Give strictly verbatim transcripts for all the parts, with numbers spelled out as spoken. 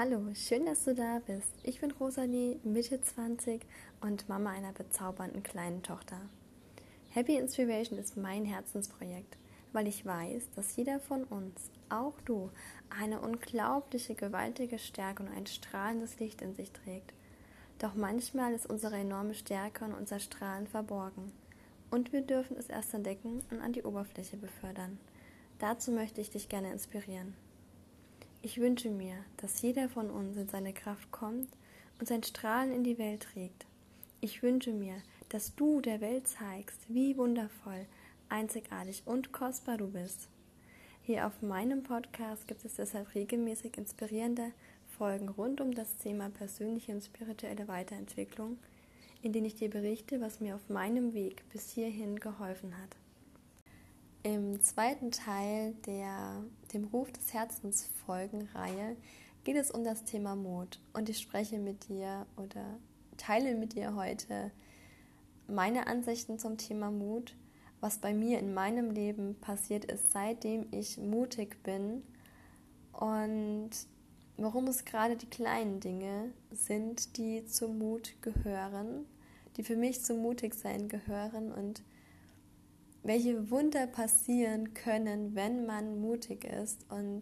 Hallo, schön, dass du da bist. Ich bin Rosalie, Mitte zwanzig und Mama einer bezaubernden kleinen Tochter. Happy Inspiration ist mein Herzensprojekt, weil ich weiß, dass jeder von uns, auch du, eine unglaubliche, gewaltige Stärke und ein strahlendes Licht in sich trägt. Doch manchmal ist unsere enorme Stärke und unser Strahlen verborgen. Und wir dürfen es erst entdecken und an die Oberfläche befördern. Dazu möchte ich dich gerne inspirieren. Ich wünsche mir, dass jeder von uns in seine Kraft kommt und sein Strahlen in die Welt trägt. Ich wünsche mir, dass du der Welt zeigst, wie wundervoll, einzigartig und kostbar du bist. Hier auf meinem Podcast gibt es deshalb regelmäßig inspirierende Folgen rund um das Thema persönliche und spirituelle Weiterentwicklung, in denen ich dir berichte, was mir auf meinem Weg bis hierhin geholfen hat. Im zweiten Teil der dem Ruf des Herzens Folgenreihe geht es um das Thema Mut und ich spreche mit dir oder teile mit dir heute meine Ansichten zum Thema Mut, was bei mir in meinem Leben passiert ist, seitdem ich mutig bin und warum es gerade die kleinen Dinge sind, die zum Mut gehören, die für mich zum Mutigsein gehören und welche Wunder passieren können, wenn man mutig ist und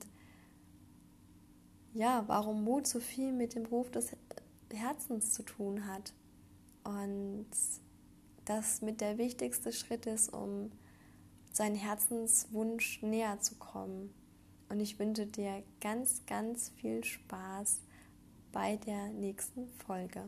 ja, warum Mut so viel mit dem Ruf des Herzens zu tun hat und das mit der wichtigste Schritt ist, um seinen Herzenswunsch näher zu kommen. Und ich wünsche dir ganz, ganz viel Spaß bei der nächsten Folge.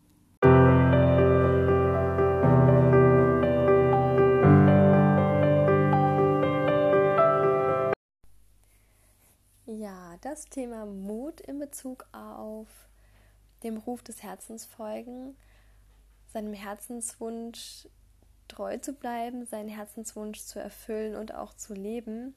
Ja, das Thema Mut in Bezug auf dem Ruf des Herzens folgen, seinem Herzenswunsch treu zu bleiben, seinen Herzenswunsch zu erfüllen und auch zu leben,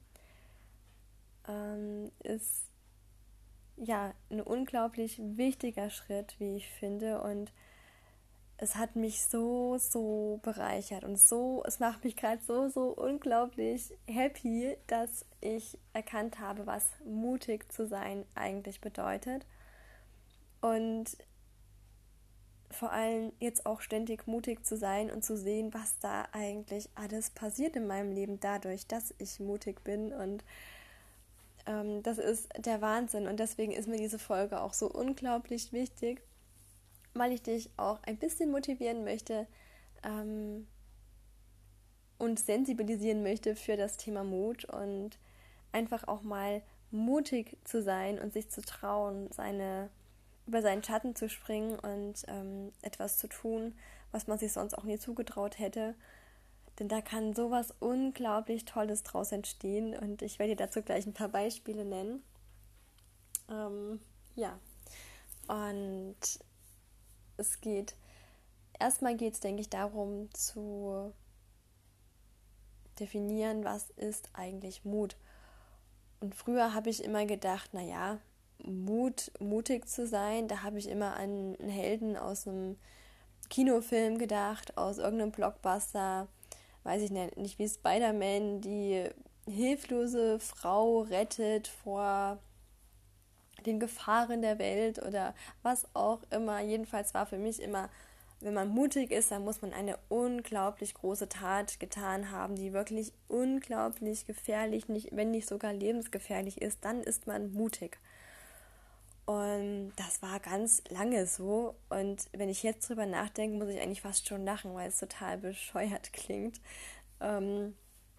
ähm, ist ja ein unglaublich wichtiger Schritt, wie ich finde, und es hat mich so, so bereichert und so, es macht mich gerade so, so unglaublich happy, dass ich erkannt habe, was mutig zu sein eigentlich bedeutet und vor allem jetzt auch ständig mutig zu sein und zu sehen, was da eigentlich alles passiert in meinem Leben dadurch, dass ich mutig bin und ähm, das ist der Wahnsinn und deswegen ist mir diese Folge auch so unglaublich wichtig, weil ich dich auch ein bisschen motivieren möchte ähm, und sensibilisieren möchte für das Thema Mut und einfach auch mal mutig zu sein und sich zu trauen, seine, über seinen Schatten zu springen und ähm, etwas zu tun, was man sich sonst auch nie zugetraut hätte. Denn da kann sowas unglaublich Tolles draus entstehen und ich werde dir dazu gleich ein paar Beispiele nennen. Ähm, ja, und es geht, erstmal geht es, denke ich, darum zu definieren, was ist eigentlich Mut. Und früher habe ich immer gedacht, naja, Mut, mutig zu sein, da habe ich immer an einen Helden aus einem Kinofilm gedacht, aus irgendeinem Blockbuster, weiß ich nicht, nicht wie Spider-Man, die hilflose Frau rettet vor den Gefahren der Welt oder was auch immer. Jedenfalls war für mich immer, wenn man mutig ist, dann muss man eine unglaublich große Tat getan haben, die wirklich unglaublich gefährlich, nicht, wenn nicht sogar lebensgefährlich ist, dann ist man mutig. Und das war ganz lange so. Und wenn ich jetzt drüber nachdenke, muss ich eigentlich fast schon lachen, weil es total bescheuert klingt. Ähm,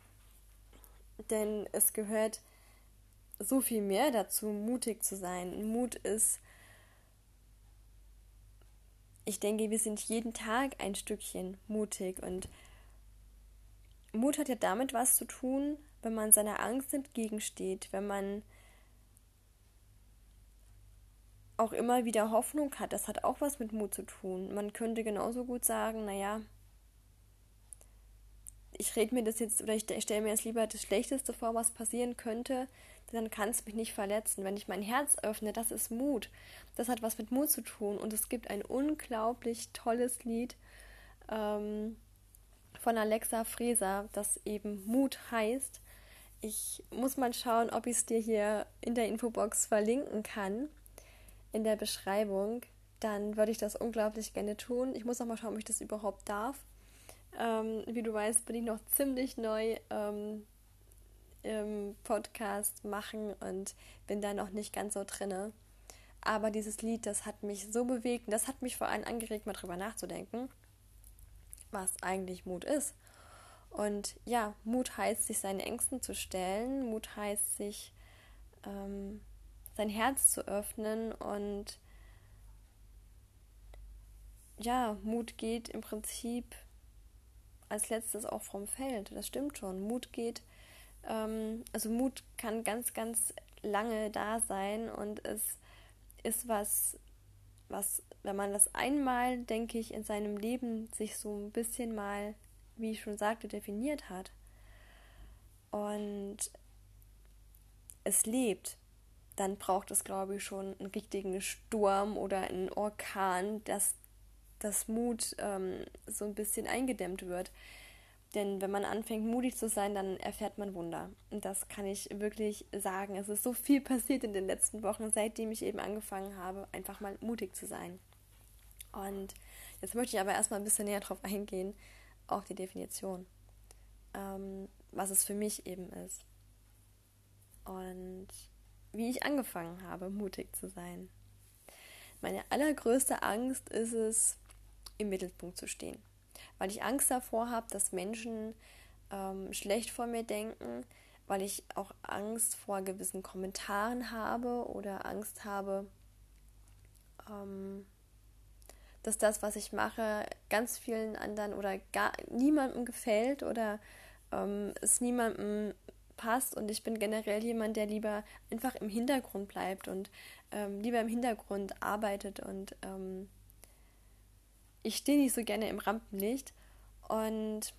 denn es gehört so viel mehr dazu, mutig zu sein. Mut ist, ich denke, wir sind jeden Tag ein Stückchen mutig und Mut hat ja damit was zu tun, wenn man seiner Angst entgegensteht, wenn man auch immer wieder Hoffnung hat. Das hat auch was mit Mut zu tun. Man könnte genauso gut sagen, naja, ich rede mir das jetzt oder ich stelle mir jetzt lieber das Schlechteste vor, was passieren könnte, dann kann es mich nicht verletzen. Wenn ich mein Herz öffne, das ist Mut. Das hat was mit Mut zu tun. Und es gibt ein unglaublich tolles Lied ähm, von Alexa Freser, das eben Mut heißt. Ich muss mal schauen, ob ich es dir hier in der Infobox verlinken kann. in der Beschreibung, dann würde ich das unglaublich gerne tun. Ich muss noch mal schauen, ob ich das überhaupt darf. Ähm, wie du weißt, bin ich noch ziemlich neu ähm, im Podcast machen und bin da noch nicht ganz so drinne. Aber dieses Lied, das hat mich so bewegt und das hat mich vor allem angeregt, mal drüber nachzudenken, was eigentlich Mut ist. Und ja, Mut heißt, sich seinen Ängsten zu stellen. Mut heißt, sich ähm, sein Herz zu öffnen. Und ja, Mut geht im Prinzip als letztes auch vom Feld. Das stimmt schon. Mut geht, ähm, also Mut kann ganz, ganz lange da sein und es ist was, was, wenn man das einmal, denke ich, in seinem Leben sich so ein bisschen mal, wie ich schon sagte, definiert hat und es lebt, dann braucht es, glaube ich, schon einen richtigen Sturm oder einen Orkan, dass das Mut ähm, so ein bisschen eingedämmt wird. Denn wenn man anfängt, mutig zu sein, dann erfährt man Wunder. Und das kann ich wirklich sagen. Es ist so viel passiert in den letzten Wochen, seitdem ich eben angefangen habe, einfach mal mutig zu sein. Und jetzt möchte ich aber erstmal ein bisschen näher drauf eingehen, auf die Definition, ähm, was es für mich eben ist. Und wie ich angefangen habe, mutig zu sein. Meine allergrößte Angst ist es, im Mittelpunkt zu stehen. Weil ich Angst davor habe, dass Menschen ähm, schlecht von mir denken, weil ich auch Angst vor gewissen Kommentaren habe oder Angst habe, ähm, dass das, was ich mache, ganz vielen anderen oder gar niemandem gefällt oder ähm, es niemandem passt und ich bin generell jemand, der lieber einfach im Hintergrund bleibt und ähm, lieber im Hintergrund arbeitet und ähm, ich stehe nicht so gerne im Rampenlicht und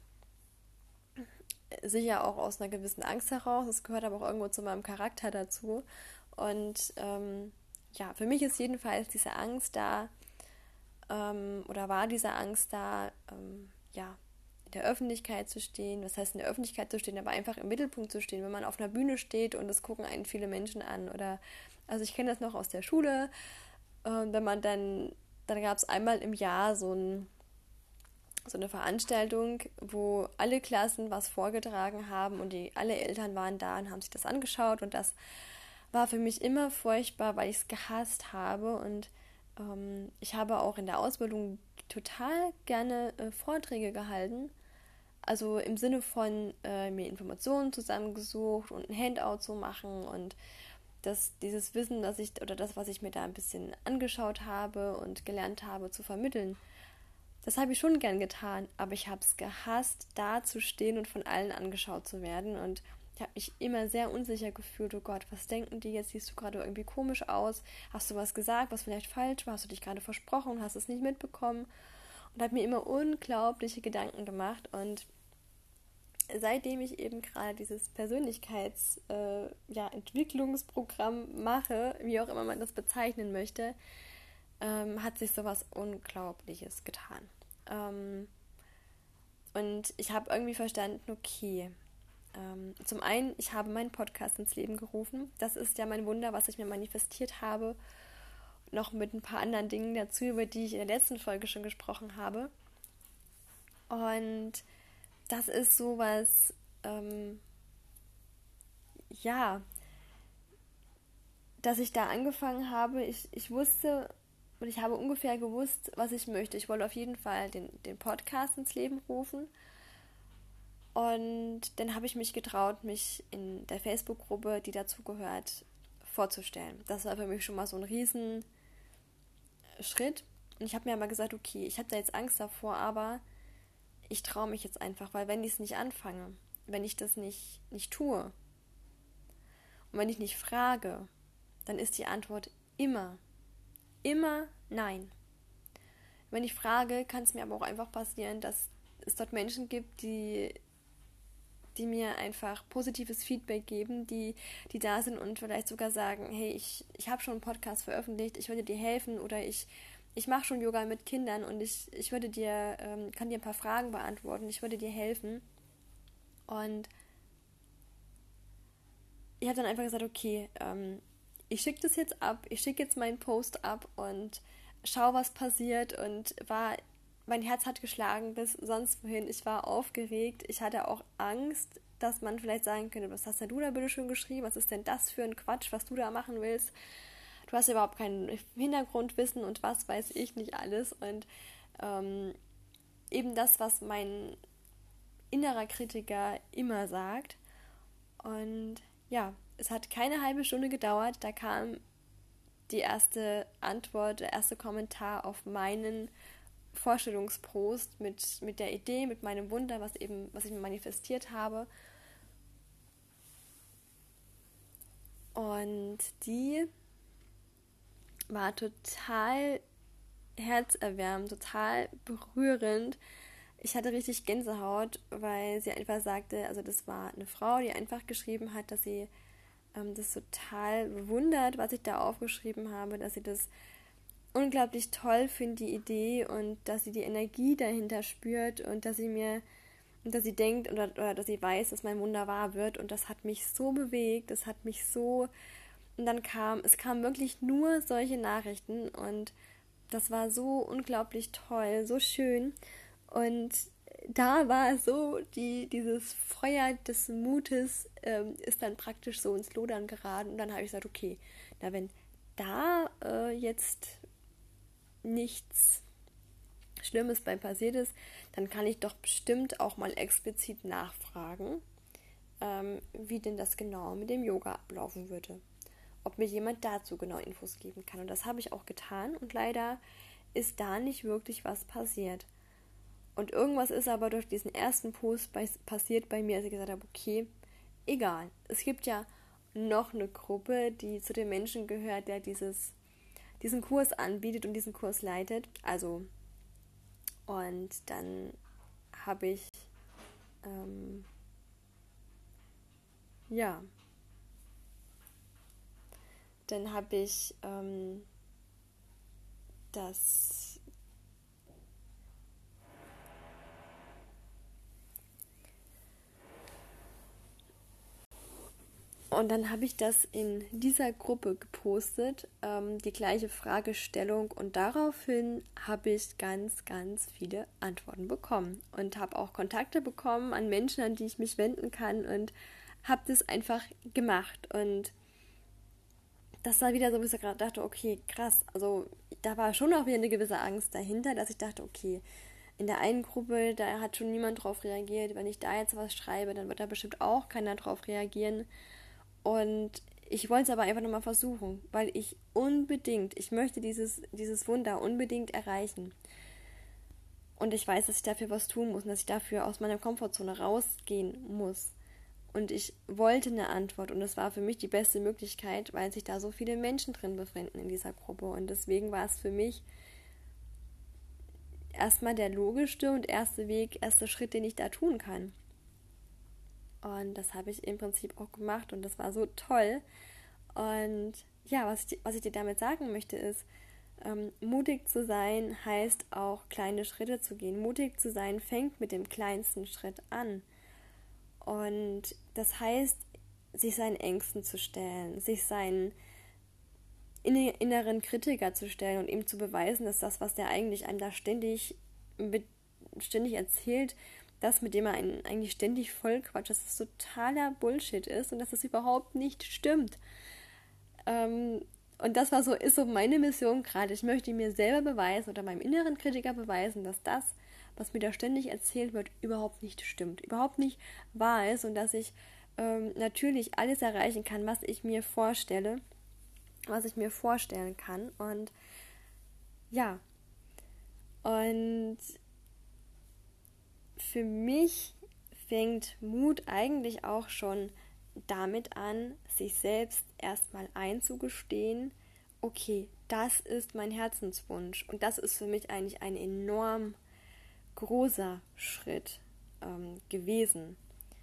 sicher auch aus einer gewissen Angst heraus, es gehört aber auch irgendwo zu meinem Charakter dazu und ähm, ja, für mich ist jedenfalls diese Angst da ähm, oder war diese Angst da, ähm, ja, in der Öffentlichkeit zu stehen, was heißt in der Öffentlichkeit zu stehen, aber einfach im Mittelpunkt zu stehen, wenn man auf einer Bühne steht und es gucken einen viele Menschen an oder, also ich kenne das noch aus der Schule, äh, wenn man dann, dann gab es einmal im Jahr so, ein, so eine Veranstaltung, wo alle Klassen was vorgetragen haben und die, alle Eltern waren da und haben sich das angeschaut und das war für mich immer furchtbar, weil ich es gehasst habe und ähm, ich habe auch in der Ausbildung total gerne äh, Vorträge gehalten. Also im Sinne von äh, mir Informationen zusammengesucht und ein Handout zu machen und das, dieses Wissen, das ich oder das, was ich mir da ein bisschen angeschaut habe und gelernt habe, zu vermitteln. Das habe ich schon gern getan, aber ich habe es gehasst, da zu stehen und von allen angeschaut zu werden und ich habe mich immer sehr unsicher gefühlt. Oh Gott, was denken die jetzt? Siehst du gerade irgendwie komisch aus? Hast du was gesagt, was vielleicht falsch war? Hast du dich gerade versprochen und hast es nicht mitbekommen? Und habe mir immer unglaubliche Gedanken gemacht und seitdem ich eben gerade dieses Persönlichkeitsentwicklungsprogramm äh, ja, mache, wie auch immer man das bezeichnen möchte, ähm, hat sich sowas Unglaubliches getan. Ähm, und ich habe irgendwie verstanden, okay, ähm, zum einen, ich habe meinen Podcast ins Leben gerufen. Das ist ja mein Wunder, was ich mir manifestiert habe. Noch mit ein paar anderen Dingen dazu, über die ich in der letzten Folge schon gesprochen habe. Und das ist sowas, ähm, ja, dass ich da angefangen habe. Ich, ich wusste und ich habe ungefähr gewusst, was ich möchte. Ich wollte auf jeden Fall den, den Podcast ins Leben rufen. Und dann habe ich mich getraut, mich in der Facebook-Gruppe, die dazugehört, vorzustellen. Das war für mich schon mal so ein Riesenschritt. Und ich habe mir aber gesagt, okay, ich habe da jetzt Angst davor, aber ich traue mich jetzt einfach, weil wenn ich es nicht anfange, wenn ich das nicht, nicht tue und wenn ich nicht frage, dann ist die Antwort immer, immer nein. Wenn ich frage, kann es mir aber auch einfach passieren, dass es dort Menschen gibt, die, die mir einfach positives Feedback geben, die, die da sind und vielleicht sogar sagen, hey, ich, ich habe schon einen Podcast veröffentlicht, ich würde dir helfen oder ich Ich mache schon Yoga mit Kindern und ich, ich würde dir, ähm, kann dir ein paar Fragen beantworten, ich würde dir helfen. Und ich habe dann einfach gesagt, okay, ähm, ich schicke das jetzt ab, ich schicke jetzt meinen Post ab und schau, was passiert und war, mein Herz hat geschlagen bis sonst wohin, ich war aufgeregt, ich hatte auch Angst, dass man vielleicht sagen könnte, was hast denn du da bitte schön geschrieben, was ist denn das für ein Quatsch, was du da machen willst, du hast überhaupt kein Hintergrundwissen und was weiß ich nicht alles und ähm, eben das, was mein innerer Kritiker immer sagt und ja, es hat keine halbe Stunde gedauert, da kam die erste Antwort, der erste Kommentar auf meinen Vorstellungspost mit, mit der Idee, mit meinem Wunder, was eben, was ich mir manifestiert habe. Und die war total herzerwärmend, total berührend. Ich hatte richtig Gänsehaut, weil sie einfach sagte, also das war eine Frau, die einfach geschrieben hat, dass sie ähm, das total bewundert, was ich da aufgeschrieben habe, dass sie das unglaublich toll findet, die Idee und dass sie die Energie dahinter spürt und dass sie mir, dass sie denkt oder, oder dass sie weiß, dass mein Wunder wahr wird und das hat mich so bewegt, das hat mich so und dann kam, es kamen wirklich nur solche Nachrichten und das war so unglaublich toll, so schön und da war so, die, dieses Feuer des Mutes ähm, ist dann praktisch so ins Lodern geraten und dann habe ich gesagt, okay, na wenn da äh, jetzt nichts Schlimmes bei passiert ist, dann kann ich doch bestimmt auch mal explizit nachfragen, ähm, wie denn das genau mit dem Yoga ablaufen würde. Ob mir jemand dazu genau Infos geben kann. Und das habe ich auch getan und leider ist da nicht wirklich was passiert. Und irgendwas ist aber durch diesen ersten Post bei, passiert bei mir, als ich gesagt habe, okay, egal. Es gibt ja noch eine Gruppe, die zu den Menschen gehört, der dieses, diesen Kurs anbietet und diesen Kurs leitet. Also, und dann habe ich, ähm, ja, dann habe ich ähm, das Und dann habe ich das in dieser Gruppe gepostet, ähm, die gleiche Fragestellung und daraufhin habe ich ganz, ganz viele Antworten bekommen und habe auch Kontakte bekommen an Menschen, an die ich mich wenden kann und habe das einfach gemacht und das war wieder so, wie ich gerade dachte, okay, krass, also da war schon auch wieder eine gewisse Angst dahinter, dass ich dachte, okay, in der einen Gruppe, da hat schon niemand drauf reagiert, wenn ich da jetzt was schreibe, dann wird da bestimmt auch keiner drauf reagieren. Und ich wollte es aber einfach nochmal versuchen, weil ich unbedingt, ich möchte dieses, dieses Wunder unbedingt erreichen. Und ich weiß, dass ich dafür was tun muss und dass ich dafür aus meiner Komfortzone rausgehen muss. Und ich wollte eine Antwort und das war für mich die beste Möglichkeit, weil sich da so viele Menschen drin befinden in dieser Gruppe. Und deswegen war es für mich erstmal der logischste und erste Weg, erster Schritt, den ich da tun kann. Und das habe ich im Prinzip auch gemacht und das war so toll. Und ja, was ich, was ich dir damit sagen möchte ist, ähm, mutig zu sein heißt auch kleine Schritte zu gehen. Mutig zu sein fängt mit dem kleinsten Schritt an. Und das heißt, sich seinen Ängsten zu stellen, sich seinen inneren Kritiker zu stellen und ihm zu beweisen, dass das, was der eigentlich einem da ständig, mit, ständig erzählt, das, mit dem er einen eigentlich ständig vollquatscht, dass das totaler Bullshit ist und dass das überhaupt nicht stimmt. Ähm, und das war so, ist so meine Mission gerade. Ich möchte mir selber beweisen oder meinem inneren Kritiker beweisen, dass das, was mir da ständig erzählt wird, überhaupt nicht stimmt, überhaupt nicht wahr ist und dass ich ähm, natürlich alles erreichen kann, was ich mir vorstelle, was ich mir vorstellen kann. Und ja, und für mich fängt Mut eigentlich auch schon damit an, sich selbst erstmal einzugestehen, okay, das ist mein Herzenswunsch und das ist für mich eigentlich ein enorm großer Schritt ähm, gewesen.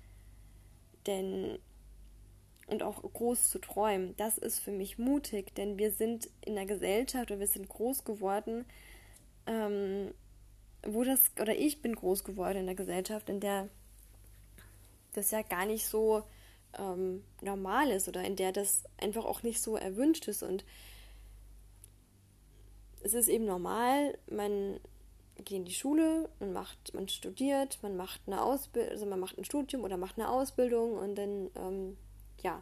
Denn und auch groß zu träumen, das ist für mich mutig, denn wir sind in der Gesellschaft oder wir sind groß geworden, ähm, wo das, oder ich bin groß geworden in der Gesellschaft, in der das ja gar nicht so ähm, normal ist oder in der das einfach auch nicht so erwünscht ist. Und es ist eben normal, man geht in die Schule, man macht, man studiert, man macht eine Ausbildung, also man macht ein Studium oder macht eine Ausbildung und dann, ähm, ja,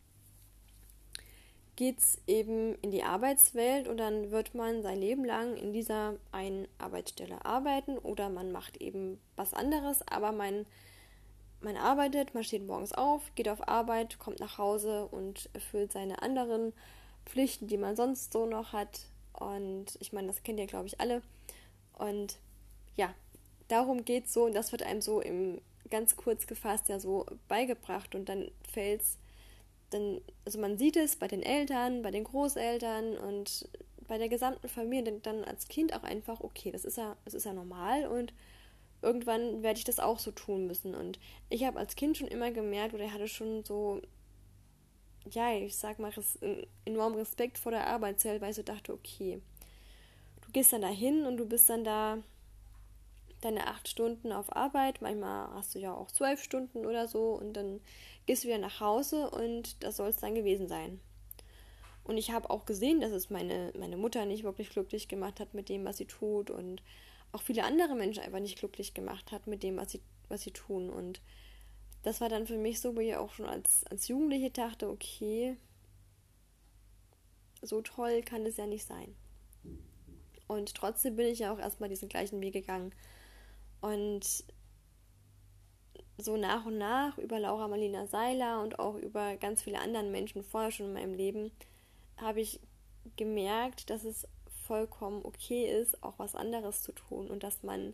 geht es eben in die Arbeitswelt und dann wird man sein Leben lang in dieser einen Arbeitsstelle arbeiten oder man macht eben was anderes, aber man, man arbeitet, man steht morgens auf, geht auf Arbeit, kommt nach Hause und erfüllt seine anderen Pflichten, die man sonst so noch hat. Und ich meine, das kennt ihr, glaube ich, alle. Und ja, darum geht es so und das wird einem so im ganz kurz gefasst ja so beigebracht und dann fällt es dann, also man sieht es bei den Eltern, bei den Großeltern und bei der gesamten Familie dann als Kind auch einfach, okay, das ist ja, das ist ja normal und irgendwann werde ich das auch so tun müssen. Und ich habe als Kind schon immer gemerkt, oder ich hatte schon so, ja, ich sag mal, res, enormen Respekt vor der Arbeitswelt, weil ich so dachte, okay, du gehst dann da hin und du bist dann da deine acht Stunden auf Arbeit, manchmal hast du ja auch zwölf Stunden oder so und dann gehst du wieder nach Hause und das soll es dann gewesen sein. Und ich habe auch gesehen, dass es meine, meine Mutter nicht wirklich glücklich gemacht hat mit dem, was sie tut und auch viele andere Menschen einfach nicht glücklich gemacht hat mit dem, was sie, was sie tun. Und das war dann für mich so, wo ich auch schon als, als Jugendliche dachte, okay, so toll kann es ja nicht sein. Und trotzdem bin ich ja auch erstmal diesen gleichen Weg gegangen. Und so nach und nach über Laura Marlina Seiler und auch über ganz viele andere Menschen vorher schon in meinem Leben habe ich gemerkt, dass es vollkommen okay ist, auch was anderes zu tun und dass man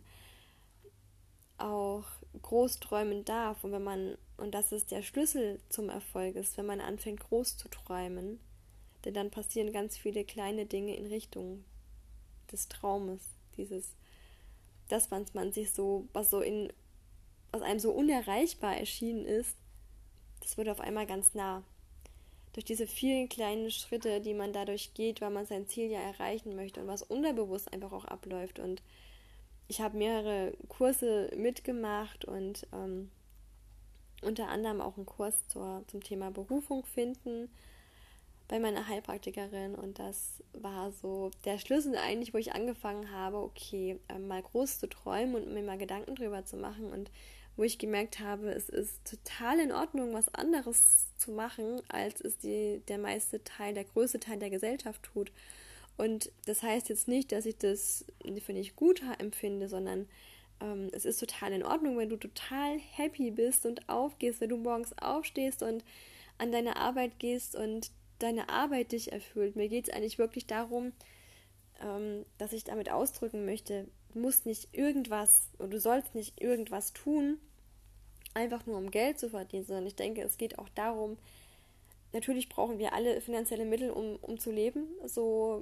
auch groß träumen darf und wenn man, und dass es der Schlüssel zum Erfolg ist, wenn man anfängt groß zu träumen, denn dann passieren ganz viele kleine Dinge in Richtung des Traumes, dieses, das, was man sich so, was so in, was einem so unerreichbar erschienen ist, das wird auf einmal ganz nah. Durch diese vielen kleinen Schritte, die man dadurch geht, weil man sein Ziel ja erreichen möchte und was unterbewusst einfach auch abläuft. Und ich habe mehrere Kurse mitgemacht und ähm, unter anderem auch einen Kurs zur, zum Thema Berufung finden bei meiner Heilpraktikerin und das war so der Schlüssel eigentlich, wo ich angefangen habe, okay, äh, mal groß zu träumen und mir mal Gedanken drüber zu machen und wo ich gemerkt habe, es ist total in Ordnung, was anderes zu machen, als es die, der meiste Teil, der größte Teil der Gesellschaft tut. Und das heißt jetzt nicht, dass ich das für nicht gut empfinde, sondern ähm, es ist total in Ordnung, wenn du total happy bist und aufgehst, wenn du morgens aufstehst und an deine Arbeit gehst und deine Arbeit dich erfüllt. Mir geht es eigentlich wirklich darum, ähm, dass ich damit ausdrücken möchte, du musst nicht irgendwas oder du sollst nicht irgendwas tun, einfach nur um Geld zu verdienen, sondern ich denke, es geht auch darum, natürlich brauchen wir alle finanzielle Mittel, um, um zu leben. So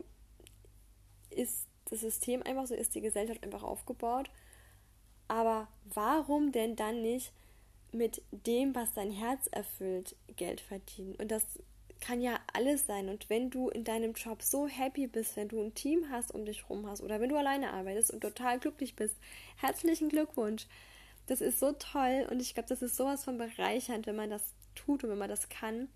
ist das System einfach, so ist die Gesellschaft einfach aufgebaut. Aber warum denn dann nicht mit dem, was dein Herz erfüllt, Geld verdienen? Und das kann ja alles sein. Und wenn du in deinem Job so happy bist, wenn du ein Team hast, um dich rum hast, oder wenn du alleine arbeitest und total glücklich bist, herzlichen Glückwunsch. Das ist so toll und ich glaube, das ist sowas von bereichernd, wenn man das tut und wenn man das kann.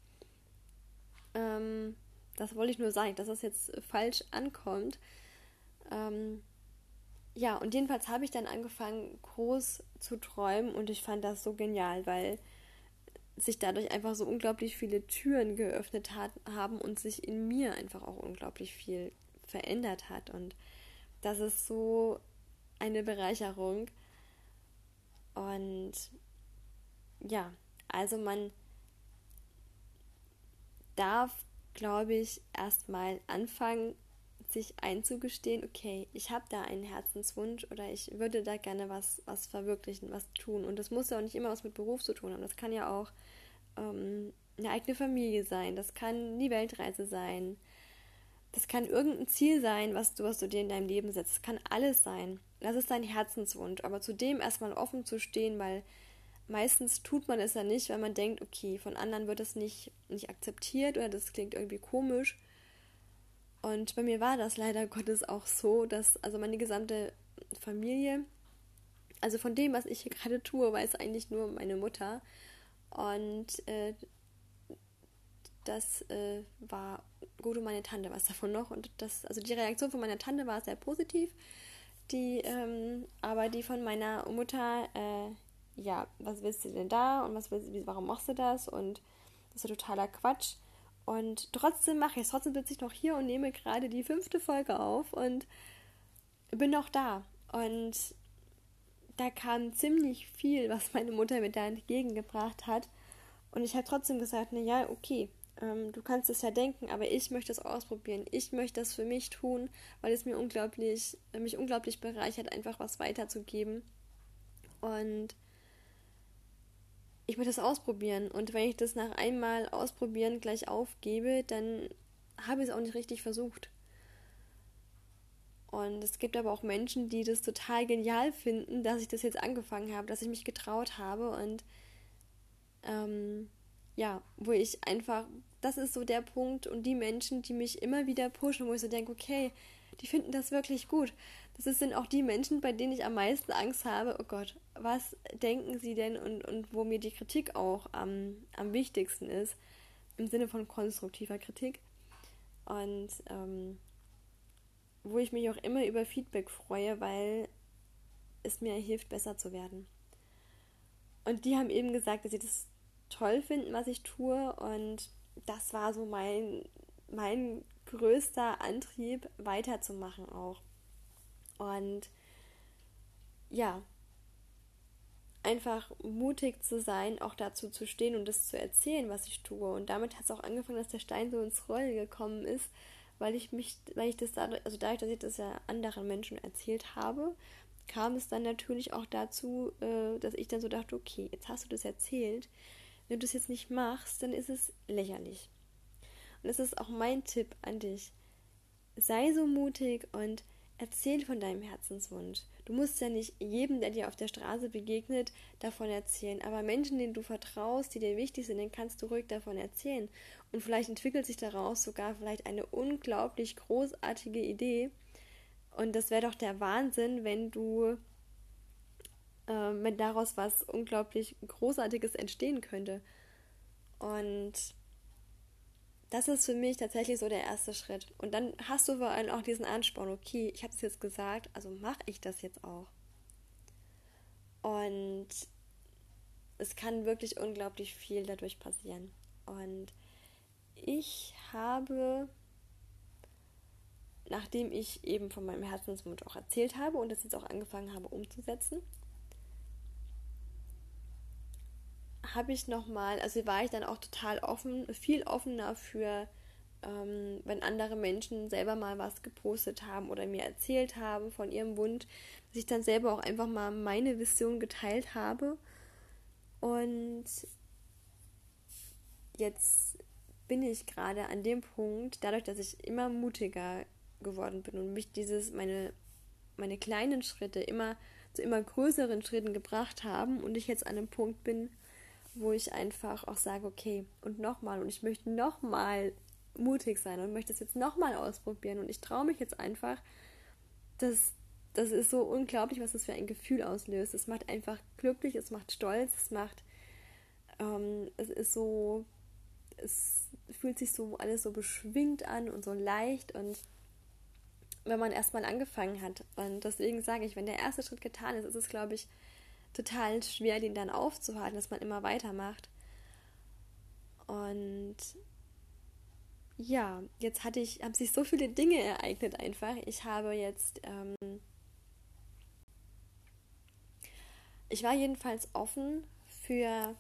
Ähm, das wollte ich nur sagen, dass das jetzt falsch ankommt. Ähm, ja, und jedenfalls habe ich dann angefangen, groß zu träumen und ich fand das so genial, weil sich dadurch einfach so unglaublich viele Türen geöffnet hat, haben und sich in mir einfach auch unglaublich viel verändert hat. Und das ist so eine Bereicherung. Und ja, also man darf, glaube ich, erstmal anfangen, sich einzugestehen, okay, ich habe da einen Herzenswunsch oder ich würde da gerne was, was verwirklichen, was tun. Und das muss ja auch nicht immer was mit Beruf zu tun haben. Das kann ja auch ähm, eine eigene Familie sein. Das kann die Weltreise sein. Das kann irgendein Ziel sein, was du, was du dir in deinem Leben setzt. Das kann alles sein. Das ist dein Herzenswunsch. Aber zu dem erstmal offen zu stehen, weil meistens tut man es ja nicht, weil man denkt, okay, von anderen wird es nicht, nicht akzeptiert oder das klingt irgendwie komisch. Und bei mir war das leider Gottes auch so, dass also meine gesamte Familie, also von dem, was ich hier gerade tue, weiß eigentlich nur meine Mutter. Und äh, das äh, war gut, und meine Tante weiß davon noch. Und das, also die Reaktion von meiner Tante war sehr positiv. Die, ähm, aber die von meiner Mutter, äh, ja, was willst du denn da und was willst, warum machst du das? Und das ist ja totaler Quatsch. Und trotzdem mache ich es. Trotzdem sitze ich noch hier und nehme gerade die fünfte Folge auf und bin noch da. Und da kam ziemlich viel, was meine Mutter mir da entgegengebracht hat. Und ich habe trotzdem gesagt, na ja, okay, ähm, du kannst es ja denken, aber ich möchte es ausprobieren. Ich möchte das für mich tun, weil es mir unglaublich, mich unglaublich bereichert, einfach was weiterzugeben. Und ich möchte das ausprobieren. Und wenn ich das nach einmal ausprobieren gleich aufgebe, dann habe ich es auch nicht richtig versucht. Und es gibt aber auch Menschen, die das total genial finden, dass ich das jetzt angefangen habe, dass ich mich getraut habe. Und ähm, ja, wo ich einfach, das ist so der Punkt, und die Menschen, die mich immer wieder pushen, wo ich so denke, okay, die finden das wirklich gut. Das sind auch die Menschen, bei denen ich am meisten Angst habe, oh Gott, was denken sie denn, und, und wo mir die Kritik auch am, am wichtigsten ist, im Sinne von konstruktiver Kritik. Und ähm, wo ich mich auch immer über Feedback freue, weil es mir hilft, besser zu werden. Und die haben eben gesagt, dass sie das toll finden, was ich tue, und das war so mein, mein größter Antrieb, weiterzumachen auch. Und ja, einfach mutig zu sein, auch dazu zu stehen und das zu erzählen, was ich tue. Und damit hat es auch angefangen, dass der Stein so ins Rollen gekommen ist, weil ich mich, weil ich das dadurch, also dadurch, dass ich das ja anderen Menschen erzählt habe, kam es dann natürlich auch dazu, äh, dass ich dann so dachte, okay, jetzt hast du das erzählt, wenn du es jetzt nicht machst, dann ist es lächerlich. Und das ist auch mein Tipp an dich. Sei so mutig und erzähl von deinem Herzenswunsch. Du musst ja nicht jedem, der dir auf der Straße begegnet, davon erzählen. Aber Menschen, denen du vertraust, die dir wichtig sind, denen kannst du ruhig davon erzählen. Und vielleicht entwickelt sich daraus sogar vielleicht eine unglaublich großartige Idee. Und das wäre doch der Wahnsinn, wenn du, äh, wenn daraus was unglaublich Großartiges entstehen könnte. Und das ist für mich tatsächlich so der erste Schritt. Und dann hast du vor allem auch diesen Ansporn, okay, ich habe es jetzt gesagt, also mache ich das jetzt auch. Und es kann wirklich unglaublich viel dadurch passieren. Und ich habe, nachdem ich eben von meinem Herzenswunsch auch erzählt habe und das jetzt auch angefangen habe umzusetzen, habe ich nochmal, also war ich dann auch total offen, viel offener für, ähm, wenn andere Menschen selber mal was gepostet haben oder mir erzählt haben von ihrem Wunsch, dass ich dann selber auch einfach mal meine Vision geteilt habe. Und jetzt bin ich gerade an dem Punkt, dadurch, dass ich immer mutiger geworden bin und mich dieses, meine, meine kleinen Schritte immer zu immer größeren Schritten gebracht haben, und ich jetzt an einem Punkt bin, wo ich einfach auch sage, okay, und nochmal, und ich möchte nochmal mutig sein und möchte es jetzt nochmal ausprobieren, und ich traue mich jetzt einfach. Das, das ist so unglaublich, was das für ein Gefühl auslöst. Es macht einfach glücklich, es macht stolz, es macht, ähm, es ist so, es fühlt sich so alles so beschwingt an und so leicht, und wenn man erstmal angefangen hat, und deswegen sage ich, wenn der erste Schritt getan ist, ist es, glaube ich, total schwer, den dann aufzuhalten, dass man immer weitermacht. Und ja, jetzt hatte ich, haben sich so viele Dinge ereignet einfach. Ich habe jetzt, ähm, ich war jedenfalls offen für,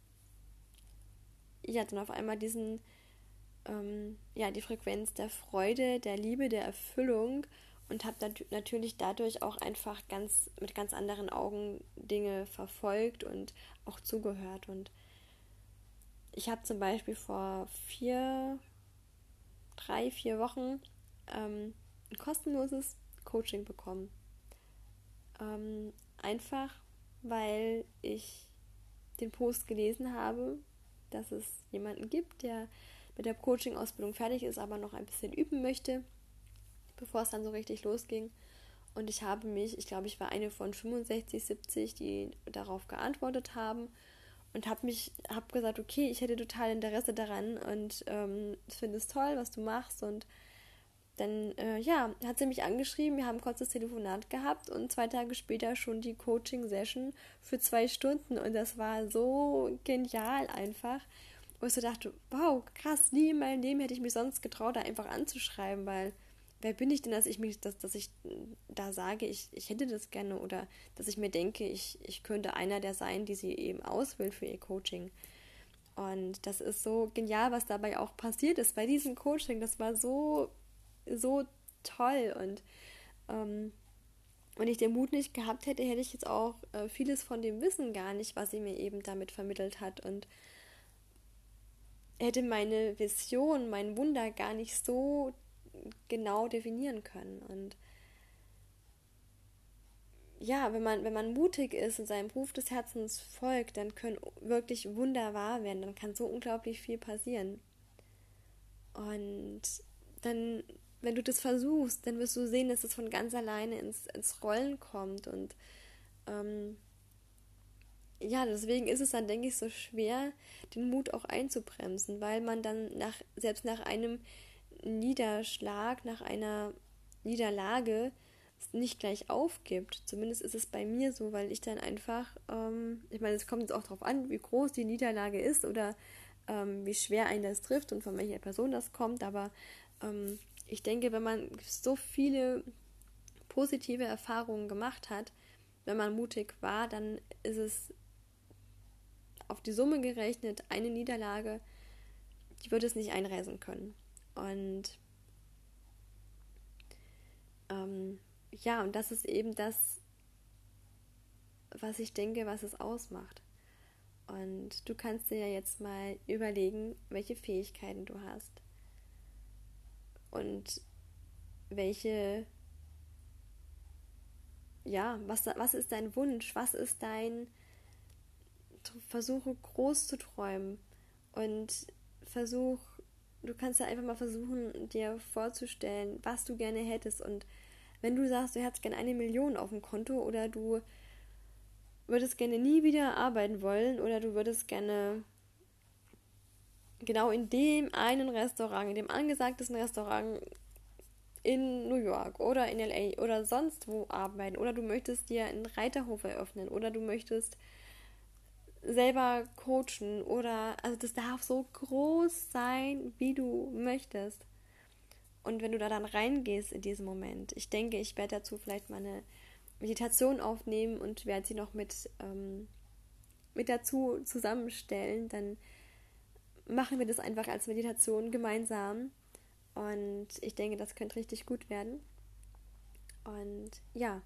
ja, dann auf einmal diesen, ähm, ja, die Frequenz der Freude, der Liebe, der Erfüllung, und habe dann natürlich dadurch auch einfach ganz mit ganz anderen Augen Dinge verfolgt und auch zugehört. Und ich habe zum Beispiel vor vier, drei, vier Wochen ähm, ein kostenloses Coaching bekommen. Ähm, einfach, weil ich den Post gelesen habe, dass es jemanden gibt, der mit der Coaching-Ausbildung fertig ist, aber noch ein bisschen üben möchte, bevor es dann so richtig losging. Und ich habe mich, ich glaube, ich war eine von fünfundsechzig, siebzig, die darauf geantwortet haben. und habe mich, habe gesagt, okay, ich hätte total Interesse daran und ähm, finde es toll, was du machst. Und dann, äh, ja, hat sie mich angeschrieben, wir haben ein kurzes Telefonat gehabt und zwei Tage später schon die Coaching-Session für zwei Stunden und das war so genial einfach, wo ich so dachte, wow, krass, nie in meinem Leben hätte ich mich sonst getraut, da einfach anzuschreiben, weil wer bin ich denn, dass ich mich, dass, dass ich da sage, ich, ich hätte das gerne oder dass ich mir denke, ich, ich könnte einer der sein, die sie eben auswählt für ihr Coaching. Und das ist so genial, was dabei auch passiert ist bei diesem Coaching. Das war so, so toll. Und ähm, wenn ich den Mut nicht gehabt hätte, hätte ich jetzt auch äh, vieles von dem Wissen gar nicht, was sie mir eben damit vermittelt hat. Und hätte meine Vision, mein Wunder gar nicht so genau definieren können. Und ja, wenn man, wenn man mutig ist und seinem Ruf des Herzens folgt, dann können wirklich Wunder wahr werden. Dann kann so unglaublich viel passieren. Und dann, wenn du das versuchst, dann wirst du sehen, dass es von ganz alleine ins, ins Rollen kommt. Und ähm, ja, deswegen ist es dann, denke ich, so schwer, den Mut auch einzubremsen, weil man dann nach, selbst nach einem Niederschlag, nach einer Niederlage nicht gleich aufgibt. Zumindest ist es bei mir so, weil ich dann einfach, ähm, ich meine, es kommt jetzt auch darauf an, wie groß die Niederlage ist oder ähm, wie schwer einen das trifft und von welcher Person das kommt, aber ähm, ich denke, wenn man so viele positive Erfahrungen gemacht hat, wenn man mutig war, dann ist es auf die Summe gerechnet eine Niederlage, die würde es nicht einreißen können. Und ähm, ja, und das ist eben das, was ich denke, was es ausmacht. Und du kannst dir ja jetzt mal überlegen, welche Fähigkeiten du hast und welche, ja, was, was ist dein Wunsch, was ist dein, versuche groß zu träumen und versuch, du kannst ja einfach mal versuchen, dir vorzustellen, was du gerne hättest und wenn du sagst, du hättest gerne eine Million auf dem Konto oder du würdest gerne nie wieder arbeiten wollen oder du würdest gerne genau in dem einen Restaurant, in dem angesagtesten Restaurant in New York oder in L A oder sonst wo arbeiten oder du möchtest dir einen Reiterhof eröffnen oder du möchtest selber coachen oder, also das darf so groß sein, wie du möchtest. Und wenn du da dann reingehst in diesen Moment, ich denke, ich werde dazu vielleicht mal eine Meditation aufnehmen und werde sie noch mit, ähm, mit dazu zusammenstellen, dann machen wir das einfach als Meditation gemeinsam und ich denke, das könnte richtig gut werden. Und ja,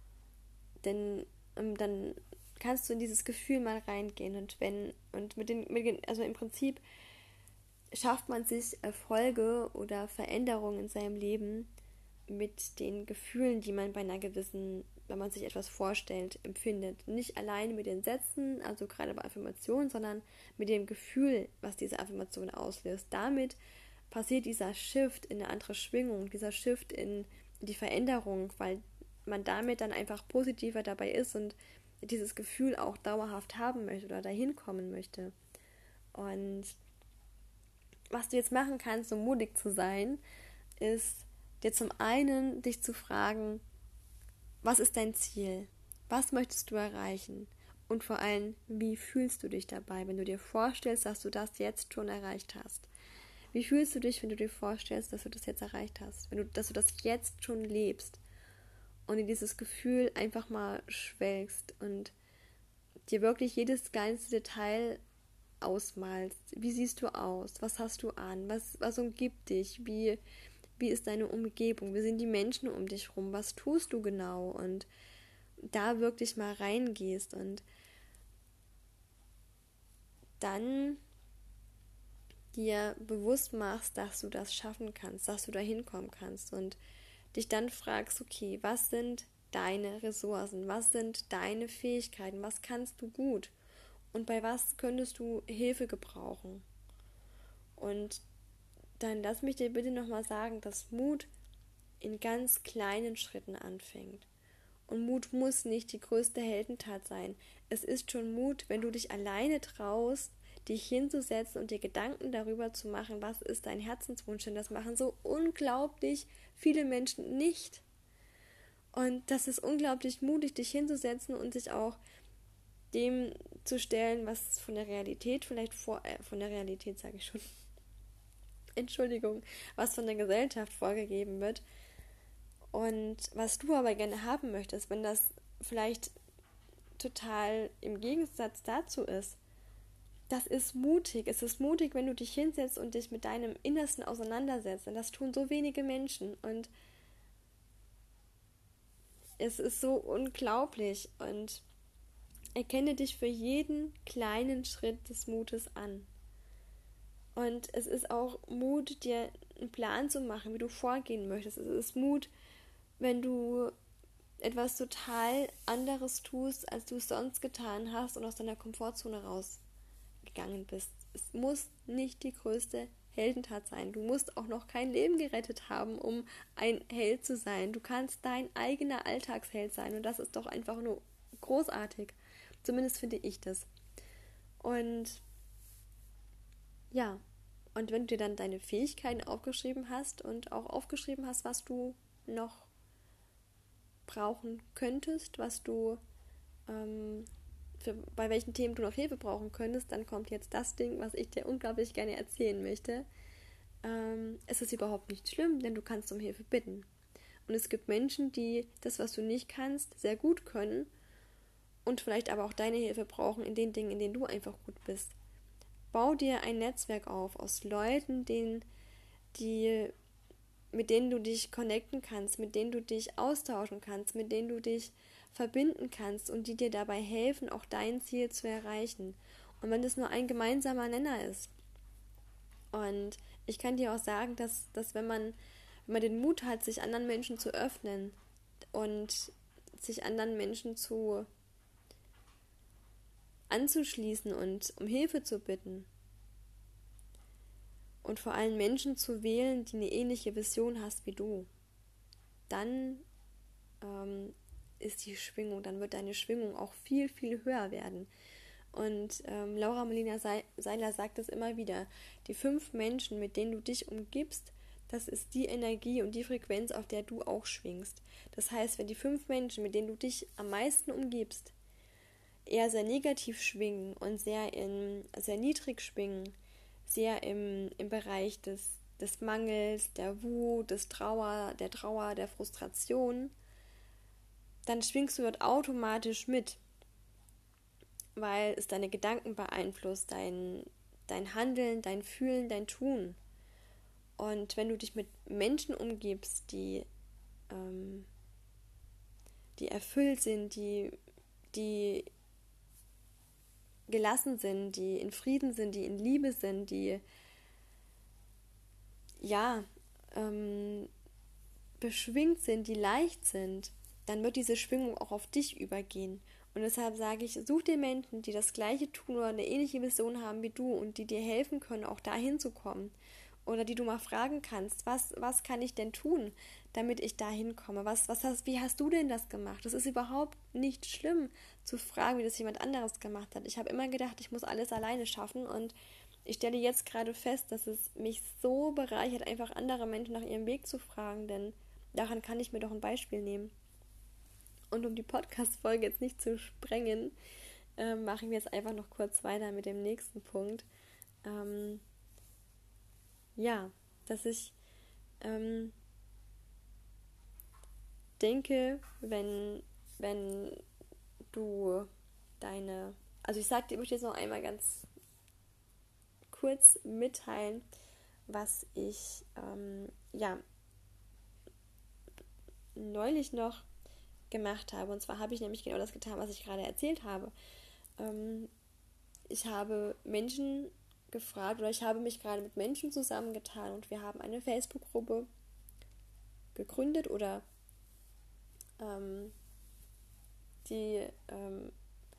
denn ähm, dann kannst du in dieses Gefühl mal reingehen und wenn und mit den, mit den also im Prinzip schafft man sich Erfolge oder Veränderungen in seinem Leben mit den Gefühlen, die man bei einer gewissen, wenn man sich etwas vorstellt, empfindet. Nicht allein mit den Sätzen, also gerade bei Affirmationen, sondern mit dem Gefühl, was diese Affirmation auslöst. Damit passiert dieser Shift in eine andere Schwingung, dieser Shift in die Veränderung, weil man damit dann einfach positiver dabei ist und dieses Gefühl auch dauerhaft haben möchte oder dahin kommen möchte. Und was du jetzt machen kannst, um mutig zu sein, ist dir zum einen dich zu fragen, was ist dein Ziel? Was möchtest du erreichen? Und vor allem, wie fühlst du dich dabei, wenn du dir vorstellst, dass du das jetzt schon erreicht hast? Wie fühlst du dich, wenn du dir vorstellst, dass du das jetzt erreicht hast? Wenn du, dass du das jetzt schon lebst und in dieses Gefühl einfach mal schwelgst und dir wirklich jedes kleinste Detail ausmalst. Wie siehst du aus? Was hast du an? Was, was umgibt dich? Wie, wie ist deine Umgebung? Wie sind die Menschen um dich rum? Was tust du genau? Und da wirklich mal reingehst und dann dir bewusst machst, dass du das schaffen kannst, dass du da hinkommen kannst und dich dann fragst, okay, was sind deine Ressourcen? Was sind deine Fähigkeiten? Was kannst du gut? Und bei was könntest du Hilfe gebrauchen? Und dann lass mich dir bitte nochmal sagen, dass Mut in ganz kleinen Schritten anfängt. Und Mut muss nicht die größte Heldentat sein. Es ist schon Mut, wenn du dich alleine traust, dich hinzusetzen und dir Gedanken darüber zu machen, was ist dein Herzenswunsch. Denn das machen so unglaublich viele Menschen nicht. Und das ist unglaublich mutig, dich hinzusetzen und sich auch dem zu stellen, was von der Realität vielleicht vor, äh, von der Realität sage ich schon, Entschuldigung, was von der Gesellschaft vorgegeben wird und was du aber gerne haben möchtest, wenn das vielleicht total im Gegensatz dazu ist. Das ist mutig. Es ist mutig, wenn du dich hinsetzt und dich mit deinem Innersten auseinandersetzt. Und das tun so wenige Menschen. Und es ist so unglaublich. Und erkenne dich für jeden kleinen Schritt des Mutes an. Und es ist auch Mut, dir einen Plan zu machen, wie du vorgehen möchtest. Es ist Mut, wenn du etwas total anderes tust, als du es sonst getan hast und aus deiner Komfortzone rausgegangen bist. Es muss nicht die größte Heldentat sein. Du musst auch noch kein Leben gerettet haben, um ein Held zu sein. Du kannst dein eigener Alltagsheld sein und das ist doch einfach nur großartig. Zumindest finde ich das. Und ja, und wenn du dir dann deine Fähigkeiten aufgeschrieben hast und auch aufgeschrieben hast, was du noch brauchen könntest, was du ähm, für, bei welchen Themen du noch Hilfe brauchen könntest, dann kommt jetzt das Ding, was ich dir unglaublich gerne erzählen möchte. Ähm, es ist überhaupt nicht schlimm, denn du kannst um Hilfe bitten. Und es gibt Menschen, die das, was du nicht kannst, sehr gut können und vielleicht aber auch deine Hilfe brauchen in den Dingen, in denen du einfach gut bist. Bau dir ein Netzwerk auf aus Leuten, denen, die, mit denen du dich connecten kannst, mit denen du dich austauschen kannst, mit denen du dich verbinden kannst und die dir dabei helfen, auch dein Ziel zu erreichen. Und wenn das nur ein gemeinsamer Nenner ist. Und ich kann dir auch sagen, dass, dass wenn man, wenn man den Mut hat, sich anderen Menschen zu öffnen und sich anderen Menschen zu anzuschließen und um Hilfe zu bitten und vor allem Menschen zu wählen, die eine ähnliche Vision hast wie du, dann ähm, ist die Schwingung, dann wird deine Schwingung auch viel, viel höher werden. Und ähm, Laura Marlina Seiler sagt es immer wieder, die fünf Menschen, mit denen du dich umgibst, das ist die Energie und die Frequenz, auf der du auch schwingst. Das heißt, wenn die fünf Menschen, mit denen du dich am meisten umgibst, eher sehr negativ schwingen und sehr, in, sehr niedrig schwingen, sehr im, im Bereich des, des Mangels, der Wut, des Trauer, der Trauer, der Frustration, dann schwingst du dort automatisch mit, weil es deine Gedanken beeinflusst, dein, dein Handeln, dein Fühlen, dein Tun. Und wenn du dich mit Menschen umgibst, die, ähm, die erfüllt sind, die, die gelassen sind, die in Frieden sind, die in Liebe sind, die ja ähm, beschwingt sind, die leicht sind, dann wird diese Schwingung auch auf dich übergehen. Und deshalb sage ich, such dir Menschen, die das Gleiche tun oder eine ähnliche Vision haben wie du und die dir helfen können, auch dahin zu kommen. Oder die du mal fragen kannst, was, was kann ich denn tun, damit ich dahin komme? Was, was hast, wie hast du denn das gemacht? Das ist überhaupt nicht schlimm, zu fragen, wie das jemand anderes gemacht hat. Ich habe immer gedacht, ich muss alles alleine schaffen und ich stelle jetzt gerade fest, dass es mich so bereichert, einfach andere Menschen nach ihrem Weg zu fragen, denn daran kann ich mir doch ein Beispiel nehmen. Und um die Podcast-Folge jetzt nicht zu sprengen, äh, machen wir jetzt einfach noch kurz weiter mit dem nächsten Punkt. Ähm, ja, dass ich ähm, denke, wenn, wenn du deine, also ich sag dir, ich möchte jetzt noch einmal ganz kurz mitteilen, was ich ähm, ja neulich noch gemacht habe. Und zwar habe ich nämlich genau das getan, was ich gerade erzählt habe. Ähm, ich habe Menschen gefragt oder ich habe mich gerade mit Menschen zusammengetan und wir haben eine Facebook-Gruppe gegründet oder ähm, die ähm,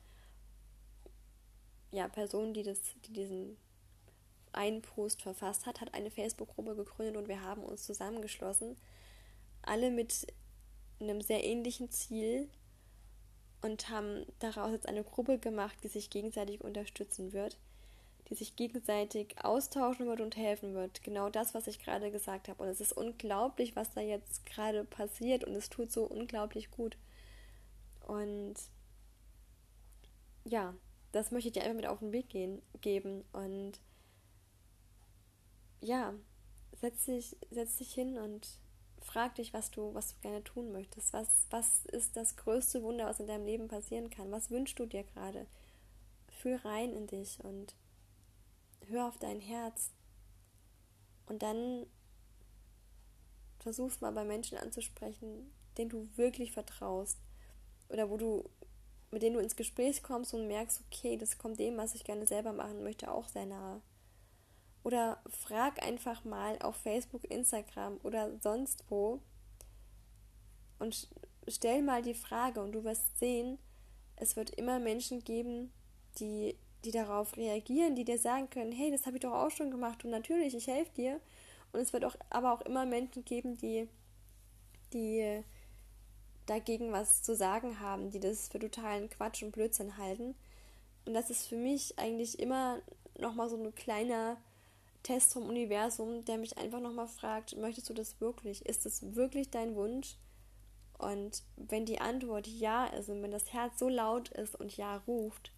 ja, Person, die, das, die diesen einen Post verfasst hat, hat eine Facebook-Gruppe gegründet und wir haben uns zusammengeschlossen, alle mit einem sehr ähnlichen Ziel, und haben daraus jetzt eine Gruppe gemacht, die sich gegenseitig unterstützen wird, die sich gegenseitig austauschen wird und helfen wird. Genau das, was ich gerade gesagt habe. Und es ist unglaublich, was da jetzt gerade passiert und es tut so unglaublich gut. Und ja, das möchte ich dir einfach mit auf den Weg gehen, geben. Und ja, setz dich, setz dich hin und frag dich, was du, was du gerne tun möchtest. Was, was ist das größte Wunder, was in deinem Leben passieren kann? Was wünschst du dir gerade? Fühl rein in dich und hör auf dein Herz. Und dann versuch's mal bei Menschen anzusprechen, denen du wirklich vertraust. Oder wo du, mit denen du ins Gespräch kommst und merkst, okay, das kommt dem, was ich gerne selber machen möchte, auch sehr nahe. Oder frag einfach mal auf Facebook, Instagram oder sonst wo und stell mal die Frage und du wirst sehen, es wird immer Menschen geben, die, die darauf reagieren, die dir sagen können, hey, das habe ich doch auch schon gemacht und natürlich, ich helfe dir. Und es wird auch, aber auch immer Menschen geben, die, die dagegen was zu sagen haben, die das für totalen Quatsch und Blödsinn halten. Und das ist für mich eigentlich immer nochmal so ein kleiner Test vom Universum, der mich einfach nochmal fragt, möchtest du das wirklich? Ist das wirklich dein Wunsch? Und wenn die Antwort ja ist und wenn das Herz so laut ist und ja ruft,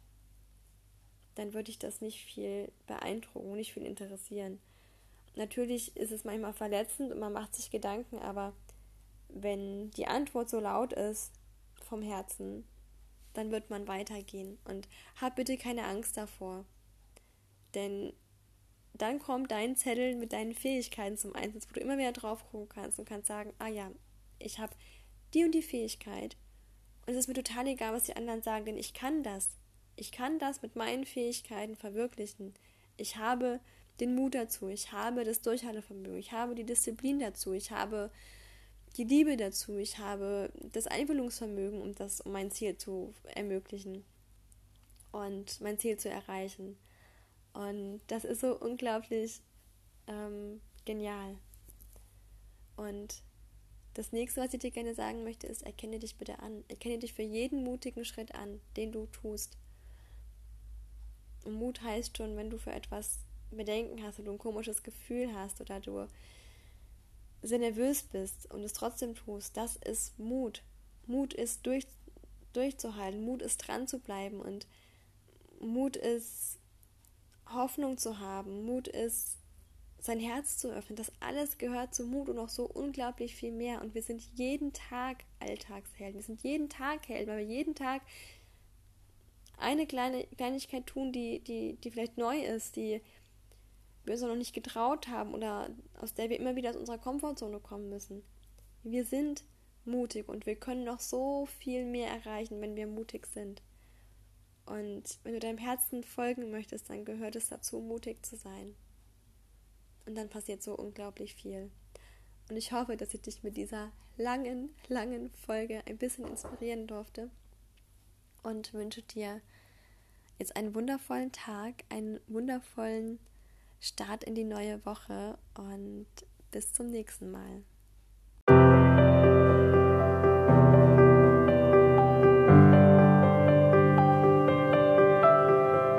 dann würde ich das nicht viel beeindrucken, nicht viel interessieren. Natürlich ist es manchmal verletzend und man macht sich Gedanken, aber wenn die Antwort so laut ist vom Herzen, dann wird man weitergehen. Und hab bitte keine Angst davor. Denn dann kommt dein Zettel mit deinen Fähigkeiten zum Einsatz, wo du immer wieder drauf gucken kannst und kannst sagen, ah ja, ich habe die und die Fähigkeit und es ist mir total egal, was die anderen sagen, denn ich kann das. Ich kann das mit meinen Fähigkeiten verwirklichen. Ich habe den Mut dazu, ich habe das Durchhaltevermögen, ich habe die Disziplin dazu, ich habe die Liebe dazu, ich habe das Einfühlungsvermögen, um das, um mein Ziel zu ermöglichen und mein Ziel zu erreichen. Und das ist so unglaublich ähm, genial. Und das nächste, was ich dir gerne sagen möchte, ist, erkenne dich bitte an. Erkenne dich für jeden mutigen Schritt an, den du tust. Und Mut heißt schon, wenn du für etwas Bedenken hast oder du ein komisches Gefühl hast oder du sehr nervös bist und es trotzdem tust, das ist Mut. Mut ist durch, durchzuhalten, Mut ist dran zu bleiben und Mut ist Hoffnung zu haben, Mut ist sein Herz zu öffnen. Das alles gehört zu Mut und noch so unglaublich viel mehr. Und wir sind jeden Tag Alltagshelden. Wir sind jeden Tag Helden, weil wir jeden Tag eine kleine Kleinigkeit tun, die, die, die vielleicht neu ist, die wir uns noch nicht getraut haben oder aus der wir immer wieder aus unserer Komfortzone kommen müssen. Wir sind mutig und wir können noch so viel mehr erreichen, wenn wir mutig sind. Und wenn du deinem Herzen folgen möchtest, dann gehört es dazu, mutig zu sein. Und dann passiert so unglaublich viel. Und ich hoffe, dass ich dich mit dieser langen, langen Folge ein bisschen inspirieren durfte. Und wünsche dir jetzt einen wundervollen Tag, einen wundervollen Start in die neue Woche und bis zum nächsten Mal.